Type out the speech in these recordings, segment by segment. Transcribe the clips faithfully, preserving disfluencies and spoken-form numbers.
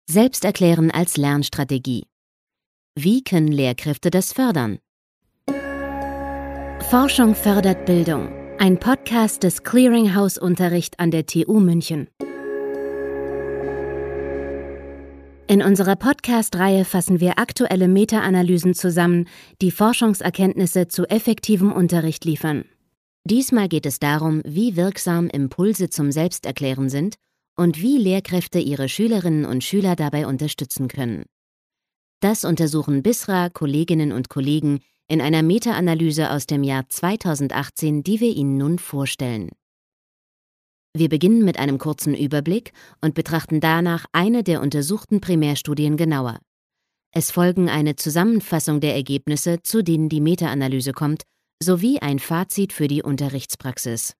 Selbsterklären als Lernstrategie. Wie können Lehrkräfte das fördern? Forschung fördert Bildung. Ein Podcast des Clearinghouse-Unterricht an der T U München. In unserer Podcast-Reihe fassen wir aktuelle Meta-Analysen zusammen, die Forschungserkenntnisse zu effektivem Unterricht liefern. Diesmal geht es darum, wie wirksam Impulse zum Selbsterklären sind und wie Lehrkräfte ihre Schülerinnen und Schüler dabei unterstützen können. Das untersuchen Bisra, Kolleginnen und Kollegen in einer Meta-Analyse aus dem Jahr zweitausendachtzehn, die wir Ihnen nun vorstellen. Wir beginnen mit einem kurzen Überblick und betrachten danach eine der untersuchten Primärstudien genauer. Es folgen eine Zusammenfassung der Ergebnisse, zu denen die Meta-Analyse kommt, sowie ein Fazit für die Unterrichtspraxis.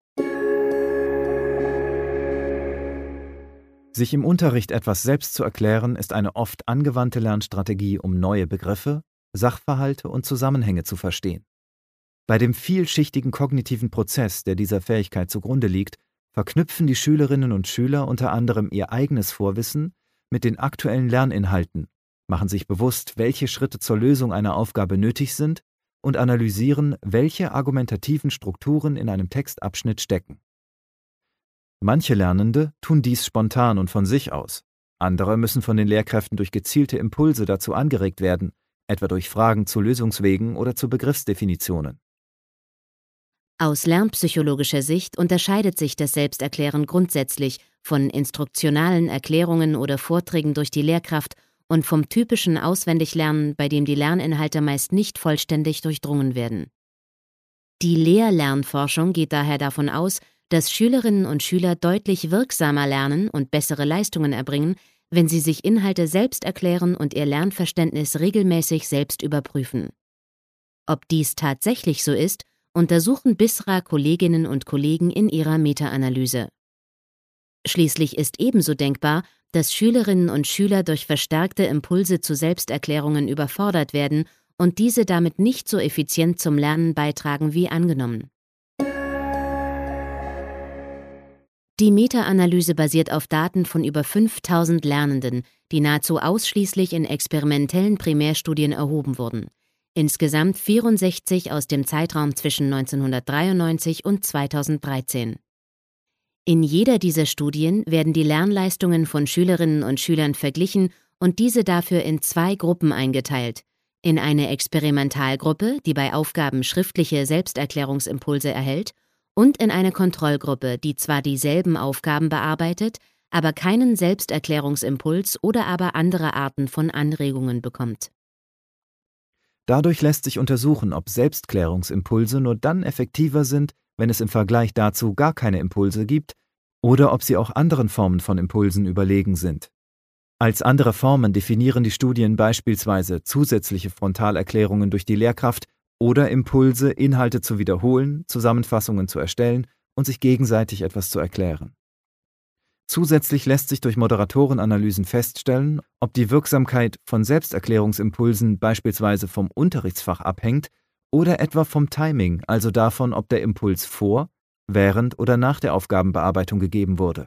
Sich im Unterricht etwas selbst zu erklären, ist eine oft angewandte Lernstrategie, um neue Begriffe, Sachverhalte und Zusammenhänge zu verstehen. Bei dem vielschichtigen kognitiven Prozess, der dieser Fähigkeit zugrunde liegt, verknüpfen die Schülerinnen und Schüler unter anderem ihr eigenes Vorwissen mit den aktuellen Lerninhalten, machen sich bewusst, welche Schritte zur Lösung einer Aufgabe nötig sind und analysieren, welche argumentativen Strukturen in einem Textabschnitt stecken. Manche Lernende tun dies spontan und von sich aus. Andere müssen von den Lehrkräften durch gezielte Impulse dazu angeregt werden, etwa durch Fragen zu Lösungswegen oder zu Begriffsdefinitionen. Aus lernpsychologischer Sicht unterscheidet sich das Selbsterklären grundsätzlich von instruktionalen Erklärungen oder Vorträgen durch die Lehrkraft und vom typischen Auswendiglernen, bei dem die Lerninhalte meist nicht vollständig durchdrungen werden. Die Lehr-Lernforschung geht daher davon aus, dass Schülerinnen und Schüler deutlich wirksamer lernen und bessere Leistungen erbringen, wenn sie sich Inhalte selbst erklären und ihr Lernverständnis regelmäßig selbst überprüfen. Ob dies tatsächlich so ist, untersuchen Bisra Kolleginnen und Kollegen in ihrer Meta-Analyse. Schließlich ist ebenso denkbar, dass Schülerinnen und Schüler durch verstärkte Impulse zu Selbsterklärungen überfordert werden und diese damit nicht so effizient zum Lernen beitragen wie angenommen. Die Meta-Analyse basiert auf Daten von über fünftausend Lernenden, die nahezu ausschließlich in experimentellen Primärstudien erhoben wurden. Insgesamt vierundsechzig aus dem Zeitraum zwischen neunzehnhundertdreiundneunzig und zweitausenddreizehn. In jeder dieser Studien werden die Lernleistungen von Schülerinnen und Schülern verglichen und diese dafür in zwei Gruppen eingeteilt: in eine Experimentalgruppe, die bei Aufgaben schriftliche Selbsterklärungsimpulse erhält, und in eine Kontrollgruppe, die zwar dieselben Aufgaben bearbeitet, aber keinen Selbsterklärungsimpuls oder aber andere Arten von Anregungen bekommt. Dadurch lässt sich untersuchen, ob Selbstklärungsimpulse nur dann effektiver sind, wenn es im Vergleich dazu gar keine Impulse gibt, oder ob sie auch anderen Formen von Impulsen überlegen sind. Als andere Formen definieren die Studien beispielsweise zusätzliche Frontalerklärungen durch die Lehrkraft oder Impulse, Inhalte zu wiederholen, Zusammenfassungen zu erstellen und sich gegenseitig etwas zu erklären. Zusätzlich lässt sich durch Moderatorenanalysen feststellen, ob die Wirksamkeit von Selbsterklärungsimpulsen beispielsweise vom Unterrichtsfach abhängt oder etwa vom Timing, also davon, ob der Impuls vor, während oder nach der Aufgabenbearbeitung gegeben wurde.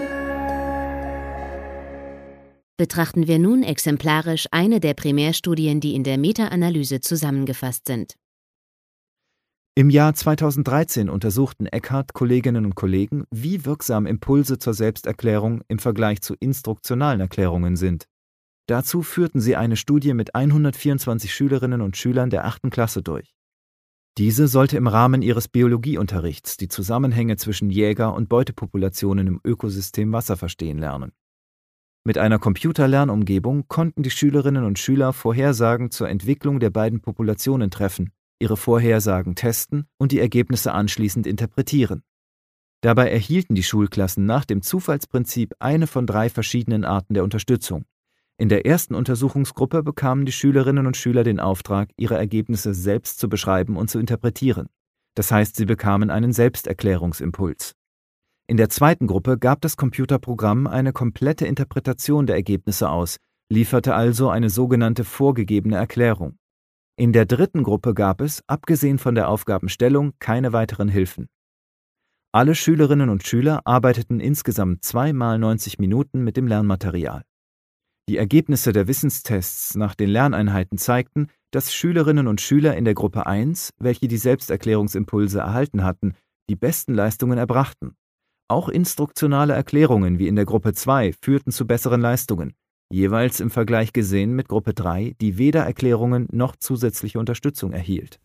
Betrachten wir nun exemplarisch eine der Primärstudien, die in der Meta-Analyse zusammengefasst sind. Im Jahr zweitausenddreizehn untersuchten Eckhardt Kolleginnen und Kollegen, wie wirksam Impulse zur Selbsterklärung im Vergleich zu instruktionalen Erklärungen sind. Dazu führten sie eine Studie mit hundertvierundzwanzig Schülerinnen und Schülern der achten Klasse durch. Diese sollte im Rahmen ihres Biologieunterrichts die Zusammenhänge zwischen Jäger- und Beutepopulationen im Ökosystem Wasser verstehen lernen. Mit einer Computerlernumgebung konnten die Schülerinnen und Schüler Vorhersagen zur Entwicklung der beiden Populationen treffen, ihre Vorhersagen testen und die Ergebnisse anschließend interpretieren. Dabei erhielten die Schulklassen nach dem Zufallsprinzip eine von drei verschiedenen Arten der Unterstützung. In der ersten Untersuchungsgruppe bekamen die Schülerinnen und Schüler den Auftrag, ihre Ergebnisse selbst zu beschreiben und zu interpretieren. Das heißt, sie bekamen einen Selbsterklärungsimpuls. In der zweiten Gruppe gab das Computerprogramm eine komplette Interpretation der Ergebnisse aus, lieferte also eine sogenannte vorgegebene Erklärung. In der dritten Gruppe gab es, abgesehen von der Aufgabenstellung, keine weiteren Hilfen. Alle Schülerinnen und Schüler arbeiteten insgesamt zweimal neunzig Minuten mit dem Lernmaterial. Die Ergebnisse der Wissenstests nach den Lerneinheiten zeigten, dass Schülerinnen und Schüler in der Gruppe eins, welche die Selbsterklärungsimpulse erhalten hatten, die besten Leistungen erbrachten. Auch instruktionale Erklärungen wie in der Gruppe zwei führten zu besseren Leistungen, jeweils im Vergleich gesehen mit Gruppe drei, die weder Erklärungen noch zusätzliche Unterstützung erhielt.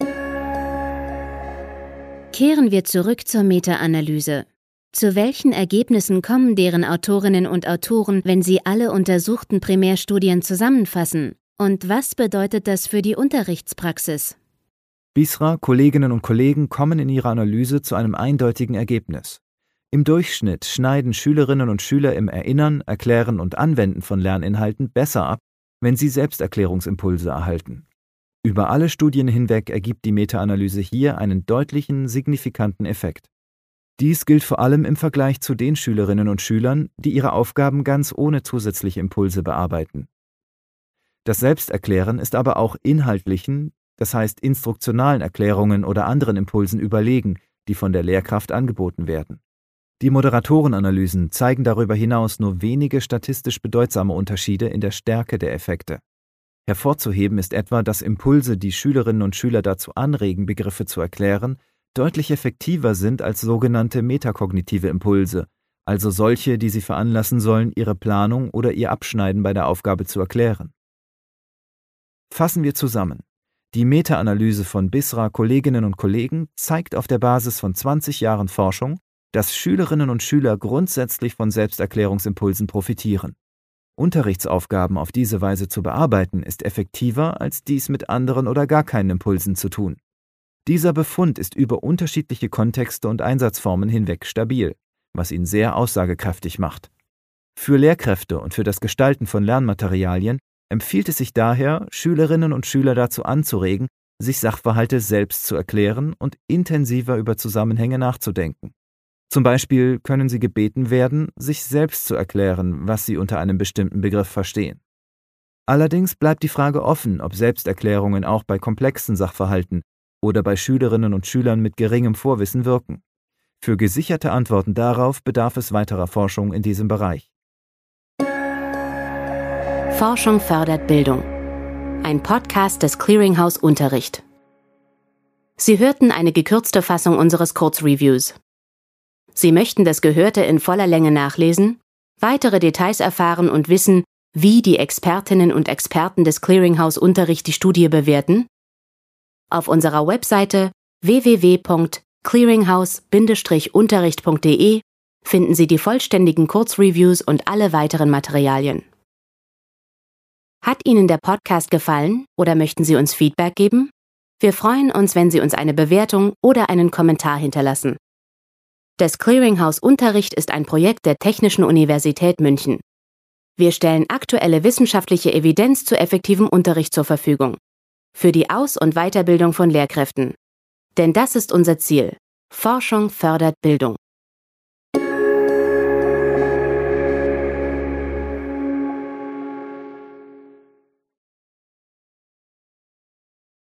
Kehren wir zurück zur Meta-Analyse. Zu welchen Ergebnissen kommen deren Autorinnen und Autoren, wenn sie alle untersuchten Primärstudien zusammenfassen? Und was bedeutet das für die Unterrichtspraxis? Bisra, Kolleginnen und Kollegen kommen in ihrer Analyse zu einem eindeutigen Ergebnis. Im Durchschnitt schneiden Schülerinnen und Schüler im Erinnern, Erklären und Anwenden von Lerninhalten besser ab, wenn sie Selbsterklärungsimpulse erhalten. Über alle Studien hinweg ergibt die Meta-Analyse hier einen deutlichen, signifikanten Effekt. Dies gilt vor allem im Vergleich zu den Schülerinnen und Schülern, die ihre Aufgaben ganz ohne zusätzliche Impulse bearbeiten. Das Selbsterklären ist aber auch inhaltlichen, das heißt instruktionalen Erklärungen oder anderen Impulsen überlegen, die von der Lehrkraft angeboten werden. Die Moderatorenanalysen zeigen darüber hinaus nur wenige statistisch bedeutsame Unterschiede in der Stärke der Effekte. Hervorzuheben ist etwa, dass Impulse, die Schülerinnen und Schüler dazu anregen, Begriffe zu erklären, deutlich effektiver sind als sogenannte metakognitive Impulse, also solche, die sie veranlassen sollen, ihre Planung oder ihr Abschneiden bei der Aufgabe zu erklären. Fassen wir zusammen. Die Meta-Analyse von Bisra, Kolleginnen und Kollegen zeigt auf der Basis von zwanzig Jahren Forschung, dass Schülerinnen und Schüler grundsätzlich von Selbsterklärungsimpulsen profitieren. Unterrichtsaufgaben auf diese Weise zu bearbeiten, ist effektiver, als dies mit anderen oder gar keinen Impulsen zu tun. Dieser Befund ist über unterschiedliche Kontexte und Einsatzformen hinweg stabil, was ihn sehr aussagekräftig macht. Für Lehrkräfte und für das Gestalten von Lernmaterialien empfiehlt es sich daher, Schülerinnen und Schüler dazu anzuregen, sich Sachverhalte selbst zu erklären und intensiver über Zusammenhänge nachzudenken. Zum Beispiel können sie gebeten werden, sich selbst zu erklären, was sie unter einem bestimmten Begriff verstehen. Allerdings bleibt die Frage offen, ob Selbsterklärungen auch bei komplexen Sachverhalten oder bei Schülerinnen und Schülern mit geringem Vorwissen wirken. Für gesicherte Antworten darauf bedarf es weiterer Forschung in diesem Bereich. Forschung fördert Bildung. Ein Podcast des Clearinghouse Unterricht. Sie hörten eine gekürzte Fassung unseres Kurzreviews. Sie möchten das Gehörte in voller Länge nachlesen, weitere Details erfahren und wissen, wie die Expertinnen und Experten des Clearinghouse Unterricht die Studie bewerten? Auf unserer Webseite w w w punkt clearinghouse Bindestrich unterricht punkt d e finden Sie die vollständigen Kurzreviews und alle weiteren Materialien. Hat Ihnen der Podcast gefallen oder möchten Sie uns Feedback geben? Wir freuen uns, wenn Sie uns eine Bewertung oder einen Kommentar hinterlassen. Das Clearinghouse Unterricht ist ein Projekt der Technischen Universität München. Wir stellen aktuelle wissenschaftliche Evidenz zu effektivem Unterricht zur Verfügung. Für die Aus- und Weiterbildung von Lehrkräften. Denn das ist unser Ziel. Forschung fördert Bildung.